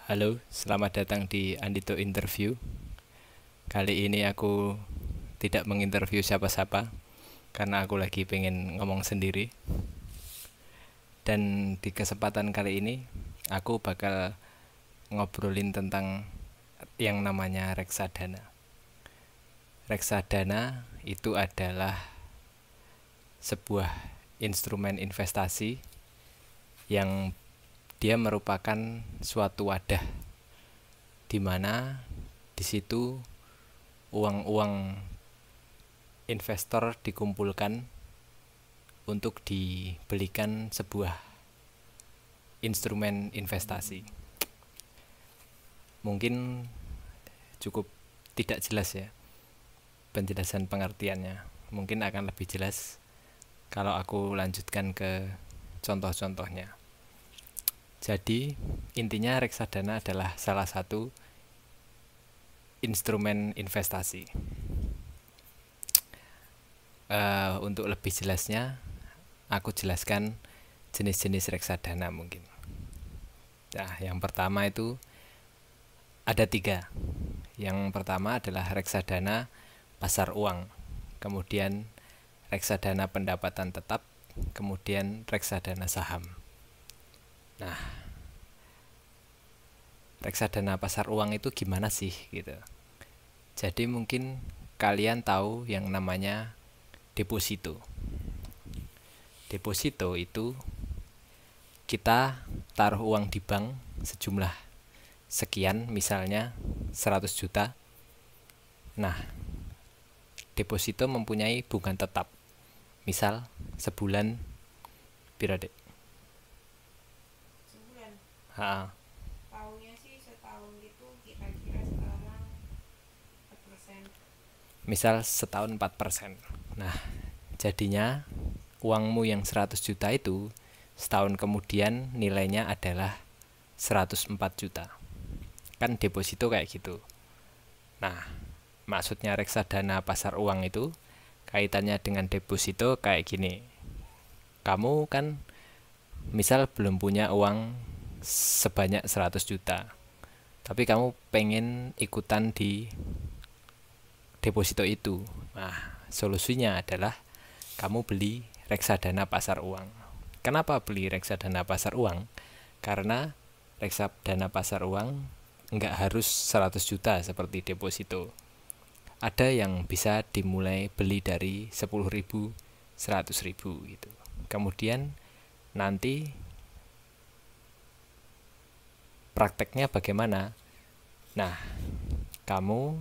Halo, selamat datang di Andito Interview. Kali ini aku tidak menginterview siapa-siapa karena aku lagi pengen ngomong sendiri. Dan di kesempatan kali ini aku bakal ngobrolin tentang yang namanya reksadana. Reksadana itu adalah sebuah instrumen investasi yang dia merupakan suatu wadah di mana di situ uang-uang investor dikumpulkan untuk dibelikan sebuah instrumen investasi. Mungkin cukup tidak jelas ya penjelasan pengertiannya. Mungkin akan lebih jelas kalau aku lanjutkan ke contoh-contohnya. Jadi intinya reksadana adalah salah satu instrumen investasi. Untuk lebih jelasnya, aku jelaskan jenis-jenis reksadana mungkin. Nah, yang pertama itu ada 3. Yang pertama adalah reksadana pasar uang, kemudian reksadana pendapatan tetap, kemudian reksadana saham. Nah, reksadana pasar uang itu gimana sih gitu. Jadi mungkin kalian tahu yang namanya deposito. Deposito itu kita taruh uang di bank sejumlah sekian, misalnya 100 juta. Nah, deposito mempunyai bunga tetap. Misal sebulan piro, Dek? Sebulan. Ha, Tahunnya sih setahun gitu kira-kira sekarang 4%. misal setahun 4%. Nah, jadinya uangmu yang 100 juta itu setahun kemudian nilainya adalah 104 juta. Kan deposito kayak gitu. Nah, maksudnya reksadana pasar uang itu kaitannya dengan deposito kayak gini. Kamu kan misal belum punya uang sebanyak 100 juta, tapi kamu pengen ikutan di deposito itu. Nah, solusinya adalah kamu beli reksadana pasar uang. Kenapa beli reksadana pasar uang? Karena reksadana pasar uang nggak harus 100 juta seperti deposito. Ada yang bisa dimulai beli dari 10.000, 100.000 gitu. Kemudian nanti prakteknya bagaimana? Nah, kamu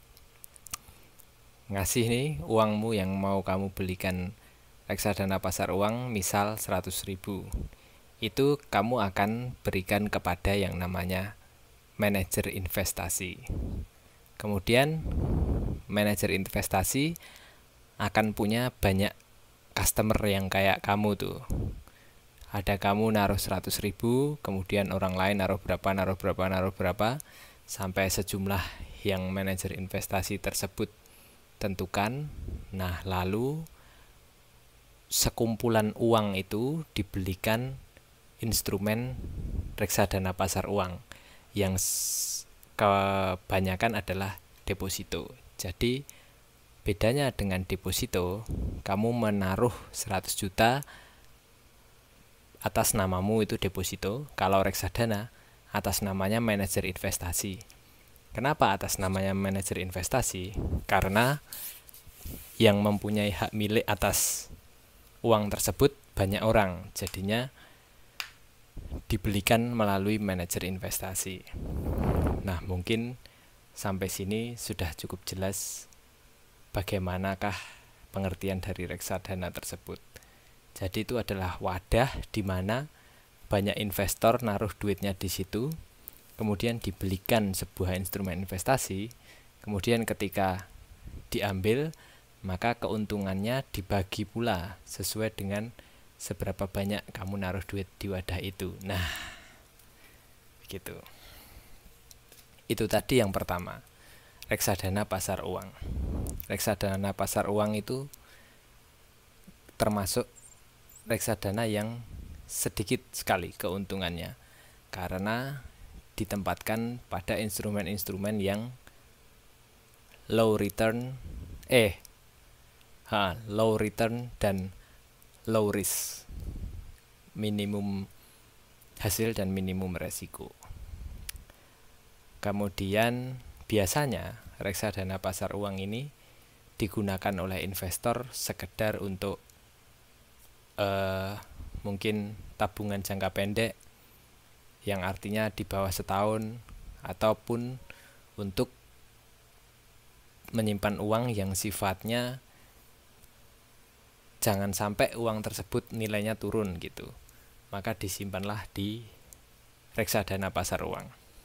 ngasih nih uangmu yang mau kamu belikan reksadana pasar uang misal 100.000. Itu kamu akan berikan kepada yang namanya manajer investasi. Kemudian manajer investasi akan punya banyak customer yang kayak kamu tuh. Ada kamu naruh 100.000, kemudian orang lain naruh berapa, naruh berapa, naruh berapa, sampai sejumlah yang manajer investasi tersebut tentukan. Nah, lalu sekumpulan uang itu dibelikan instrumen reksadana pasar uang yang kebanyakan adalah deposito. Jadi bedanya dengan deposito, kamu menaruh 100 juta atas namamu itu deposito. Kalau reksadana atas namanya manajer investasi. Kenapa atas namanya manajer investasi? Karena yang mempunyai hak milik atas uang tersebut banyak orang. Jadinya dibelikan melalui manajer investasi. Nah, mungkin sampai sini sudah cukup jelas bagaimanakah pengertian dari reksadana tersebut. Jadi itu adalah wadah di mana banyak investor naruh duitnya di situ, kemudian dibelikan sebuah instrumen investasi, kemudian ketika diambil, maka keuntungannya dibagi pula sesuai dengan seberapa banyak kamu naruh duit di wadah itu. Nah, begitu. Itu tadi yang pertama, reksadana pasar uang. Reksadana pasar uang itu termasuk reksadana yang sedikit sekali keuntungannya, karena ditempatkan pada instrumen-instrumen yang low return dan low risk, minimum hasil dan minimum resiko. Kemudian biasanya reksadana pasar uang ini digunakan oleh investor sekedar untuk mungkin tabungan jangka pendek, yang artinya di bawah setahun, ataupun untuk menyimpan uang yang sifatnya jangan sampai uang tersebut nilainya turun gitu, maka disimpanlah di reksadana pasar uang.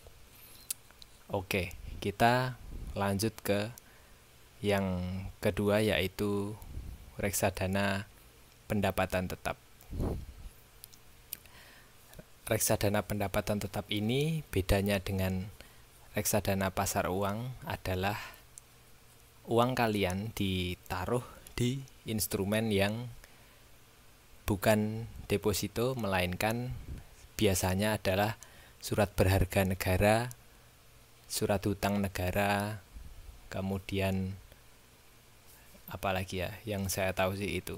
Oke, kita lanjut ke yang kedua, yaitu reksadana pendapatan tetap. Reksadana pendapatan tetap ini bedanya dengan reksadana pasar uang adalah uang kalian ditaruh di instrumen yang bukan deposito, melainkan biasanya adalah surat berharga negara, surat hutang negara, kemudian apalagi ya yang saya tahu sih itu.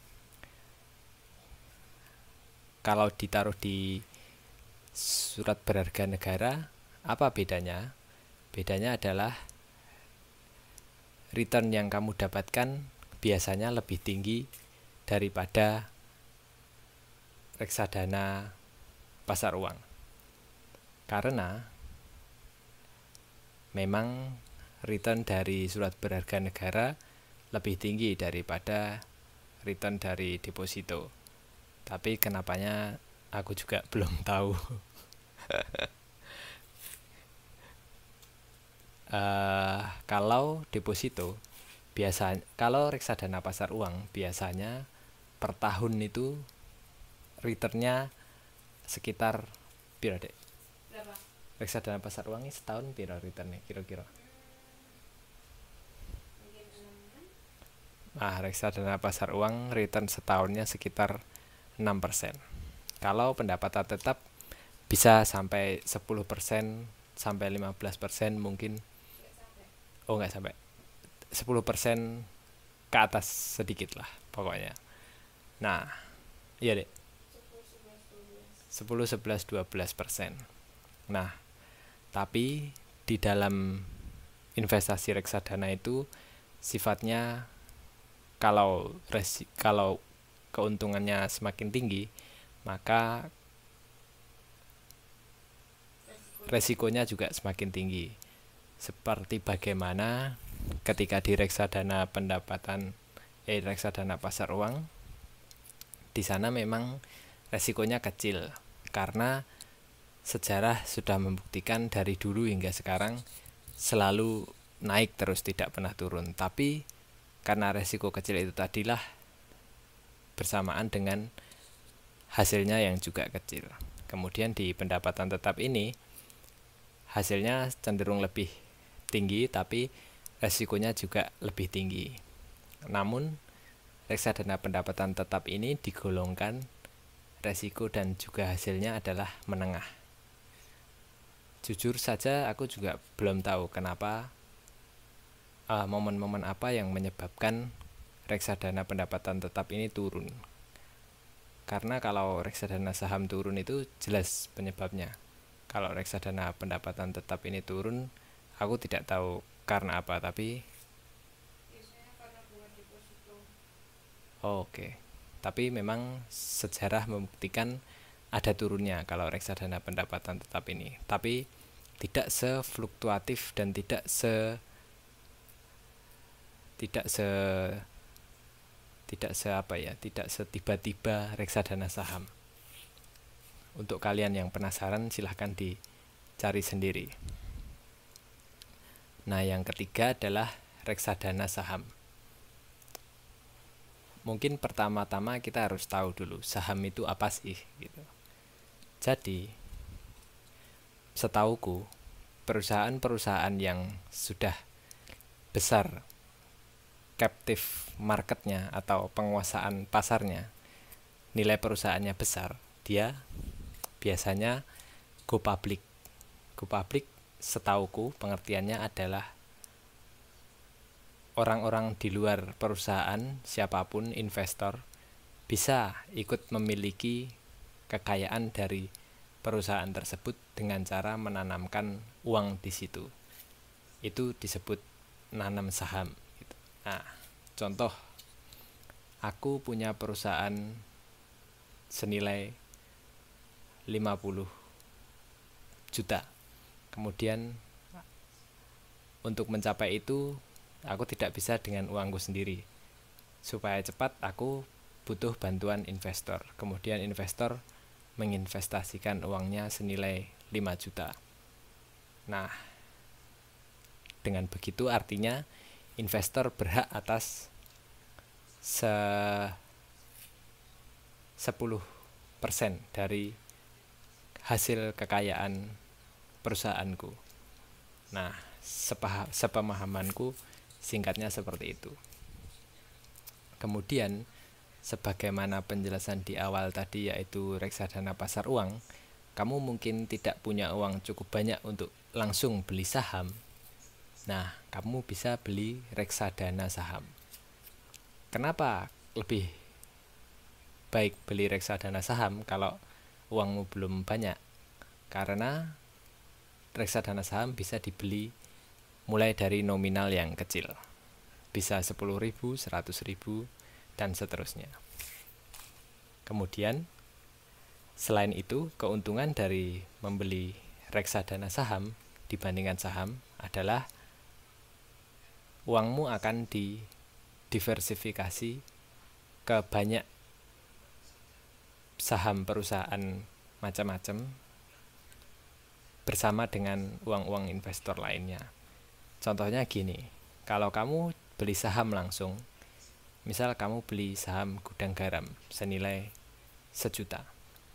Kalau ditaruh di surat berharga negara, apa bedanya? Bedanya adalah return yang kamu dapatkan biasanya lebih tinggi daripada reksadana pasar uang. Karena memang return dari surat berharga negara lebih tinggi daripada return dari deposito. Tapi kenapanya aku juga belum tahu. Kalau deposito biasanya, kalau reksadana pasar uang biasanya per tahun itu returnnya sekitar piro dek? Berapa? Reksadana pasar uang ini setahun piro returnnya kira-kira? Mungkin 6 kan? Nah, reksadana pasar uang return setahunnya sekitar 6%. Kalau pendapatan tetap bisa sampai 10% sampai 15% mungkin. Nggak sampai 10% ke atas sedikit lah pokoknya. Nah, iya deh, 10, 11, 12%. Nah, tapi di dalam investasi reksadana itu sifatnya kalau keuntungannya semakin tinggi, maka resikonya juga semakin tinggi. Seperti bagaimana ketika di reksadana reksadana pasar uang, di sana memang resikonya kecil karena sejarah sudah membuktikan dari dulu hingga sekarang selalu naik terus, tidak pernah turun. Tapi karena resiko kecil itu tadilah bersamaan dengan hasilnya yang juga kecil. Kemudian di pendapatan tetap ini hasilnya cenderung lebih tinggi tapi resikonya juga lebih tinggi. Namun reksadana pendapatan tetap ini digolongkan resiko dan juga hasilnya adalah menengah. Jujur saja aku juga belum tahu kenapa momen-momen apa yang menyebabkan reksadana pendapatan tetap ini turun. Karena kalau reksadana saham turun itu jelas penyebabnya. Kalau reksadana pendapatan tetap ini turun, aku tidak tahu karena apa, tapi Biasanya karena bunga deposito. Oke. Tapi memang sejarah membuktikan ada turunnya kalau reksadana pendapatan tetap ini. Tapi tidak sefluktuatif dan tidak setiba-tiba reksadana saham. Untuk kalian yang penasaran silahkan dicari sendiri. Nah, yang ketiga adalah reksadana saham. Mungkin pertama-tama kita harus tahu dulu saham itu apa sih gitu. Jadi, setauku perusahaan-perusahaan yang sudah besar captive marketnya atau penguasaan pasarnya, nilai perusahaannya besar, dia biasanya go public. Go public setauku pengertiannya adalah orang-orang di luar perusahaan, siapapun investor bisa ikut memiliki kekayaan dari perusahaan tersebut dengan cara menanamkan uang di situ. Itu disebut nanam saham gitu. Nah, contoh, aku punya perusahaan senilai 50 juta. Kemudian untuk mencapai itu aku tidak bisa dengan uangku sendiri. Supaya cepat aku butuh bantuan investor. Kemudian investor menginvestasikan uangnya senilai 5 juta. Nah, dengan begitu artinya investor berhak atas 10% dari hasil kekayaan perusahaanku. Nah, sepemahamanku singkatnya seperti itu. Kemudian sebagaimana penjelasan di awal tadi, yaitu reksadana pasar uang, kamu mungkin tidak punya uang cukup banyak untuk langsung beli saham. Nah, kamu bisa beli reksadana saham. Kenapa lebih baik beli reksadana saham kalau uangmu belum banyak? Karena reksadana saham bisa dibeli mulai dari nominal yang kecil. Bisa 10.000, 100.000, dan seterusnya. Kemudian, selain itu, keuntungan dari membeli reksadana saham dibandingkan saham adalah uangmu akan didiversifikasi ke banyak saham perusahaan macam-macam bersama dengan uang-uang investor lainnya. Contohnya gini, kalau kamu beli saham langsung, misal kamu beli saham Gudang Garam senilai 1 juta.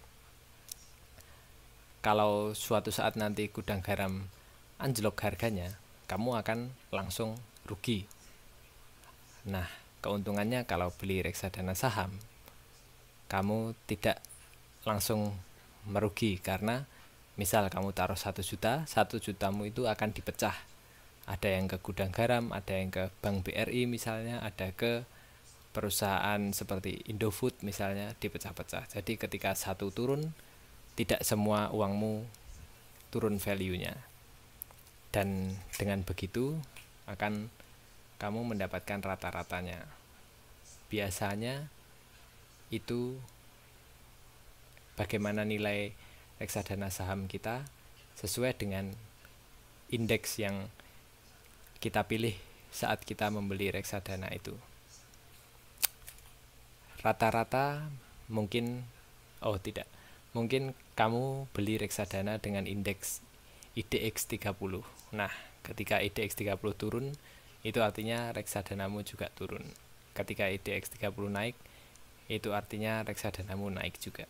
Kalau suatu saat nanti Gudang Garam anjlok harganya, kamu akan langsung rugi. Nah, keuntungannya kalau beli reksadana saham, kamu tidak langsung merugi karena misal kamu taruh 1 juta, 1 jutamu itu akan dipecah. Ada yang ke Gudang Garam, ada yang ke Bank BRI misalnya, ada ke perusahaan seperti Indofood misalnya, dipecah-pecah. Jadi ketika satu turun, tidak semua uangmu turun value-nya. Dan dengan begitu akan kamu mendapatkan rata-ratanya. Biasanya itu bagaimana nilai reksadana saham kita sesuai dengan indeks yang kita pilih saat kita membeli reksadana itu. Rata-rata mungkin kamu beli reksadana dengan indeks IDX 30. Nah, ketika IDX 30 turun, itu artinya reksadanamu juga turun. Ketika IDX 30 naik, itu artinya reksadanamu naik juga.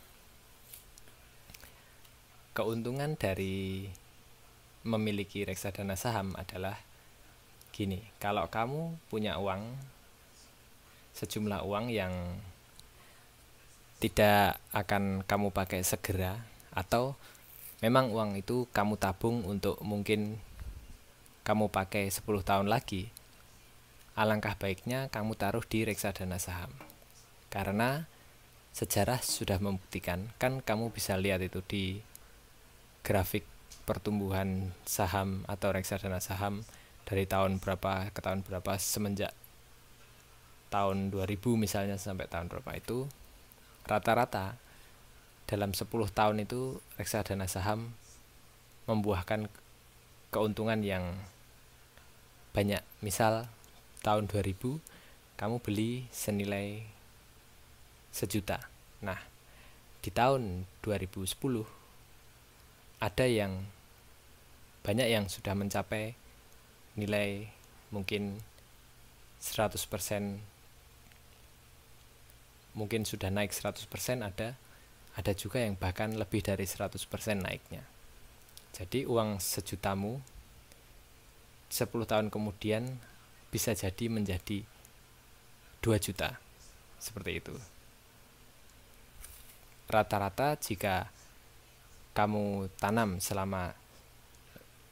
Keuntungan dari memiliki reksadana saham adalah gini, kalau kamu punya sejumlah uang yang tidak akan kamu pakai segera, atau memang uang itu kamu tabung untuk mungkin kamu pakai 10 tahun lagi, alangkah baiknya kamu taruh di reksadana saham. Karena sejarah sudah membuktikan, kan kamu bisa lihat itu di grafik pertumbuhan saham atau reksadana saham dari tahun berapa ke tahun berapa, semenjak tahun 2000 misalnya sampai tahun berapa, itu rata-rata dalam 10 tahun itu reksadana saham membuahkan keuntungan yang banyak. Misal tahun 2000 kamu beli senilai 1 juta. Nah, di tahun 2010 ada yang banyak yang sudah mencapai nilai mungkin 100%, mungkin sudah naik 100%, ada juga yang bahkan lebih dari 100% naiknya. Jadi uang 1 jutamu 10 tahun kemudian bisa jadi menjadi 2 juta. Seperti itu. Rata-rata jika kamu tanam selama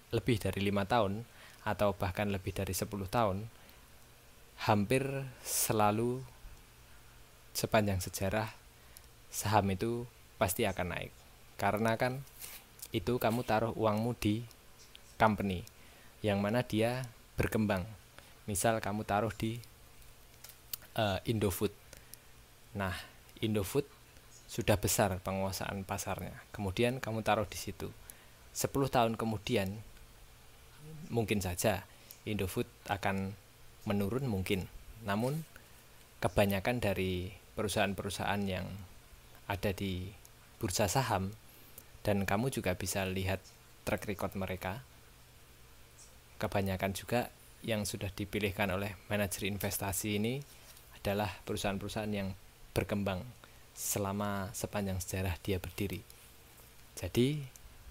lebih dari 5 tahun atau bahkan lebih dari 10 tahun, hampir selalu sepanjang sejarah saham itu pasti akan naik. Karena kan itu kamu taruh uangmu di company yang mana dia berkembang. Misal kamu taruh di Indofood. Nah, Indofood sudah besar penguasaan pasarnya. Kemudian kamu taruh di situ. 10 tahun kemudian mungkin saja Indofood akan menurun mungkin. Namun kebanyakan dari perusahaan-perusahaan yang ada di bursa saham, dan kamu juga bisa lihat track record mereka, kebanyakan juga yang sudah dipilihkan oleh manajer investasi ini adalah perusahaan-perusahaan yang berkembang selama sepanjang sejarah dia berdiri. Jadi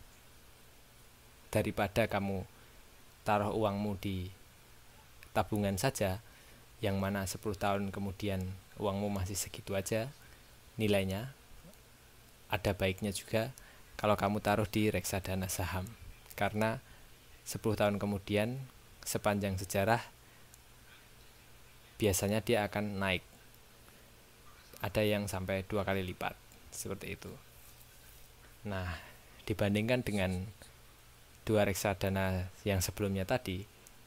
daripada kamu taruh uangmu di tabungan saja, yang mana 10 tahun kemudian uangmu masih segitu aja nilainya, ada baiknya juga kalau kamu taruh di reksadana saham. Karena 10 tahun kemudian sepanjang sejarah biasanya dia akan naik. Ada yang sampai 2 kali lipat, seperti itu. Nah, dibandingkan dengan dua reksadana yang sebelumnya tadi,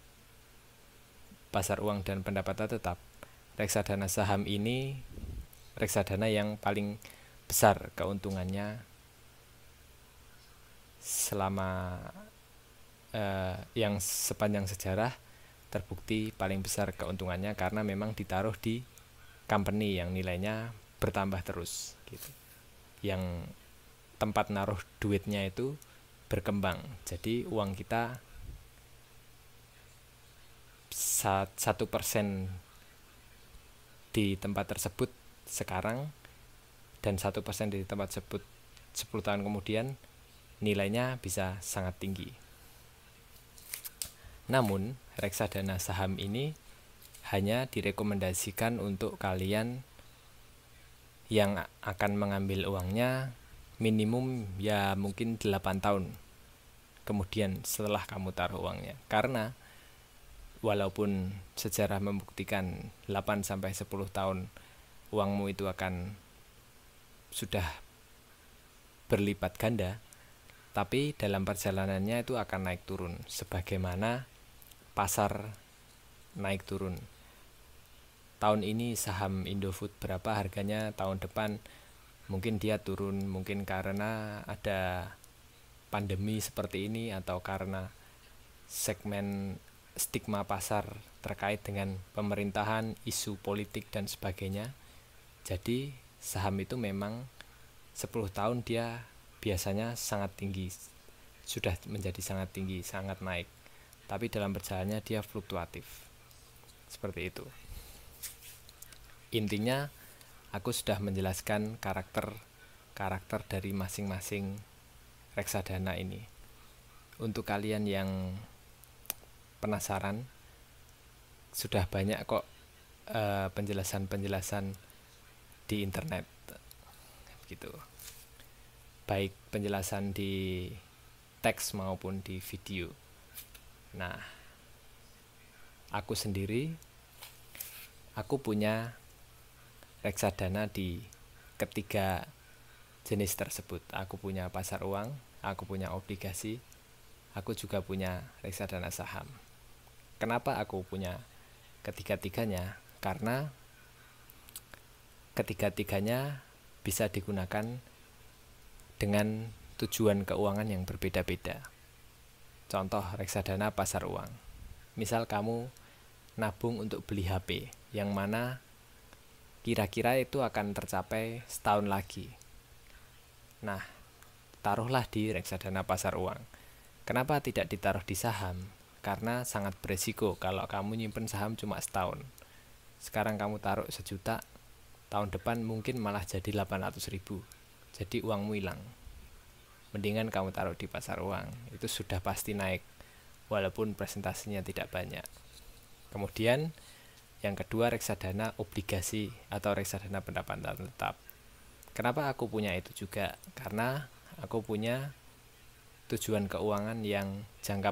pasar uang dan pendapatan tetap, reksadana saham ini reksadana yang paling besar keuntungannya selama yang sepanjang sejarah terbukti paling besar keuntungannya, karena memang ditaruh di company yang nilainya bertambah terus gitu. Yang tempat naruh duitnya itu berkembang. Jadi uang kita 1% di tempat tersebut sekarang dan 1% di tempat tersebut 10 tahun kemudian nilainya bisa sangat tinggi. Namun reksadana saham ini hanya direkomendasikan untuk kalian yang akan mengambil uangnya minimum ya mungkin 8 tahun kemudian setelah kamu taruh uangnya. Karena walaupun sejarah membuktikan 8-10 tahun uangmu itu akan sudah berlipat ganda, tapi dalam perjalanannya itu akan naik turun sebagaimana pasar naik turun. Tahun ini saham Indofood berapa harganya, tahun depan mungkin dia turun, mungkin karena ada pandemi seperti ini atau karena segmen stigma pasar terkait dengan pemerintahan, isu politik dan sebagainya. Jadi saham itu memang 10 tahun dia biasanya sangat tinggi, sudah menjadi sangat tinggi, sangat naik. Tapi dalam perjalanannya dia fluktuatif. Seperti itu. Intinya aku sudah menjelaskan karakter dari masing-masing reksadana ini. Untuk kalian yang penasaran, sudah banyak kok penjelasan-penjelasan di internet gitu. Baik penjelasan di teks maupun di video. Nah, aku sendiri punya reksadana di ketiga jenis tersebut. Aku punya pasar uang, aku punya obligasi, aku juga punya reksadana saham. Kenapa aku punya ketiga-tiganya? Karena ketiga-tiganya bisa digunakan dengan tujuan keuangan yang berbeda-beda. Contoh reksadana pasar uang. Misal kamu nabung untuk beli HP, yang mana kira-kira itu akan tercapai setahun lagi. Nah, taruhlah di reksadana pasar uang. Kenapa tidak ditaruh di saham? Karena sangat beresiko kalau kamu nyimpen saham cuma setahun. Sekarang kamu taruh 1 juta, tahun depan mungkin malah jadi 800.000. Jadi uangmu hilang. Mendingan kamu taruh di pasar uang, itu sudah pasti naik walaupun presentasinya tidak banyak. Kemudian yang kedua, reksadana obligasi atau reksadana pendapatan tetap. Kenapa aku punya itu juga? Karena aku punya tujuan keuangan yang jangka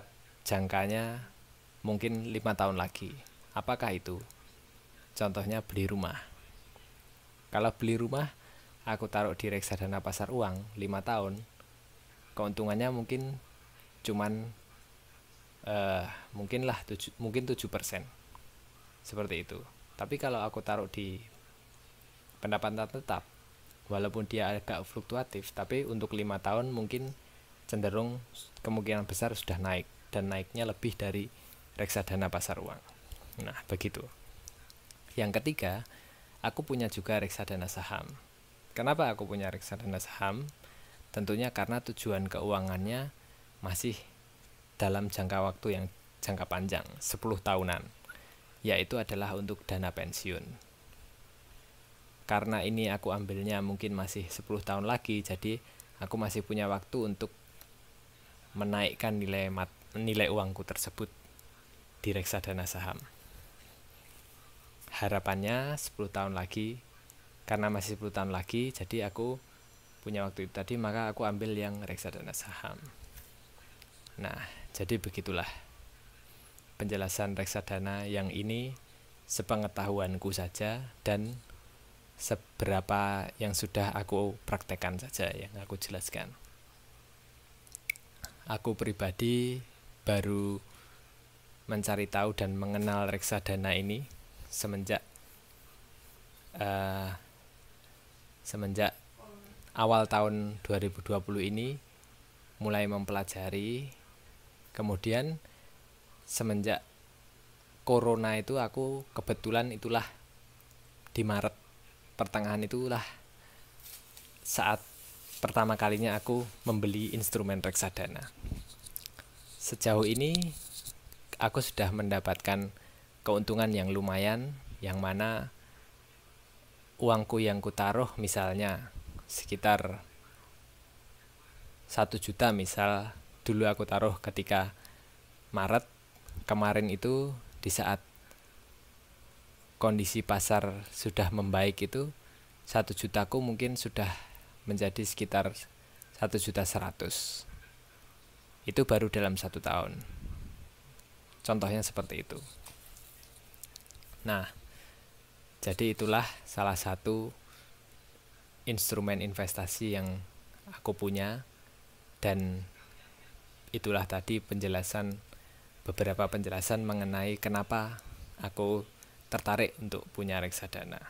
jangkanya mungkin 5 tahun lagi. Apakah itu? Contohnya beli rumah. Kalau beli rumah, aku taruh di reksadana pasar uang 5 tahun, keuntungannya mungkin cuman mungkin 7%. Seperti itu. Tapi kalau aku taruh di pendapatan tetap, walaupun dia agak fluktuatif, tapi untuk 5 tahun mungkin cenderung kemungkinan besar sudah naik, dan naiknya lebih dari reksadana pasar uang. Nah, begitu. Yang ketiga, aku punya juga reksadana saham. Kenapa aku punya reksadana saham? Tentunya karena tujuan keuangannya masih dalam jangka waktu yang jangka panjang, 10 tahunan, yaitu adalah untuk dana pensiun. Karena ini aku ambilnya mungkin masih 10 tahun lagi, jadi aku masih punya waktu untuk menaikkan nilai uangku tersebut di reksadana saham. Harapannya 10 tahun lagi, karena masih 10 tahun lagi, jadi aku punya waktu itu tadi, maka aku ambil yang reksadana saham. Nah, jadi begitulah penjelasan reksadana yang ini sepengetahuanku saja dan seberapa yang sudah aku praktekkan saja yang aku jelaskan. Aku pribadi baru mencari tahu dan mengenal reksadana ini semenjak awal tahun 2020 ini mulai mempelajari. Kemudian semenjak corona itu aku kebetulan itulah di Maret pertengahan itulah saat pertama kalinya aku membeli instrumen reksadana. Sejauh ini aku sudah mendapatkan keuntungan yang lumayan, yang mana uangku yang kutaruh misalnya sekitar 1 juta misal, dulu aku taruh ketika Maret kemarin itu, di saat kondisi pasar sudah membaik itu, 1 jutaku mungkin sudah menjadi sekitar 1.100.000. Itu baru dalam 1 tahun. Contohnya seperti itu. Nah, jadi itulah salah satu instrumen investasi yang aku punya, dan itulah tadi beberapa penjelasan mengenai kenapa aku tertarik untuk punya reksadana.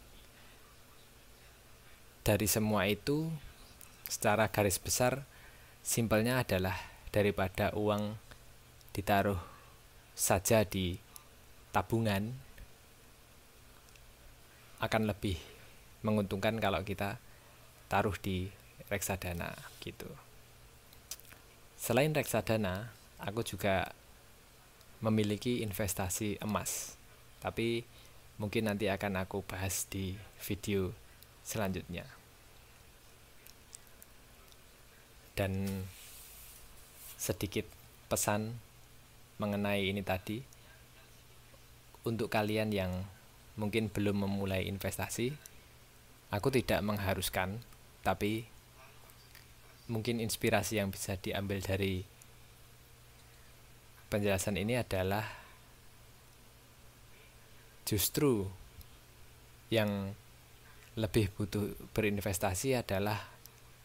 Dari semua itu, secara garis besar, simpelnya adalah daripada uang ditaruh saja di tabungan, akan lebih menguntungkan kalau kita taruh di reksadana gitu. Selain reksadana, aku juga memiliki investasi emas, tapi mungkin nanti akan aku bahas di video selanjutnya. Dan sedikit pesan mengenai ini tadi, untuk kalian yang mungkin belum memulai investasi, aku tidak mengharuskan, tapi mungkin inspirasi yang bisa diambil dari penjelasan ini adalah justru yang lebih butuh berinvestasi adalah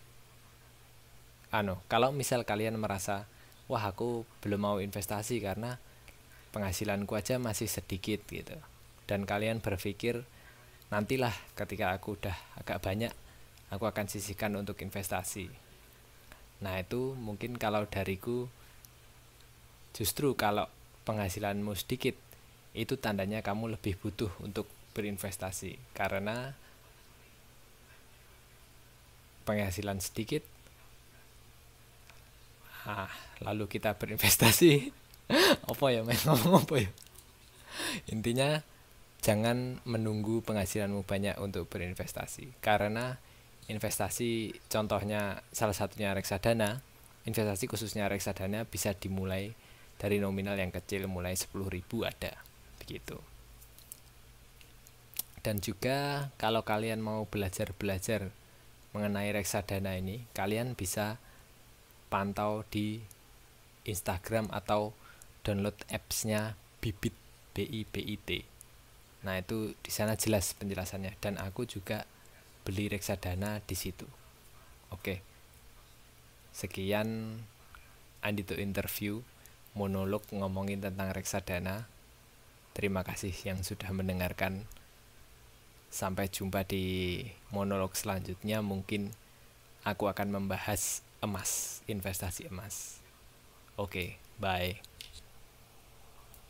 kalau misal kalian merasa, wah aku belum mau investasi karena penghasilanku aja masih sedikit gitu, dan kalian berpikir nantilah ketika aku udah agak banyak aku akan sisihkan untuk investasi. Nah, itu mungkin kalau dariku, justru kalau penghasilanmu sedikit, itu tandanya kamu lebih butuh untuk berinvestasi, karena penghasilan sedikit lalu kita berinvestasi intinya jangan menunggu penghasilanmu banyak untuk berinvestasi, karena investasi, contohnya salah satunya reksadana, investasi khususnya reksadana bisa dimulai dari nominal yang kecil, mulai 10.000 ada begitu. Dan juga kalau kalian mau belajar mengenai reksadana ini, kalian bisa pantau di Instagram atau download apps-nya Bibit, BIBIT. Nah, itu di sana jelas penjelasannya, dan aku juga beli reksadana di situ. Oke. Sekian Andito interview monolog ngomongin tentang reksadana. Terima kasih yang sudah mendengarkan. Sampai jumpa di monolog selanjutnya. Mungkin aku akan membahas emas, investasi emas. Oke, bye.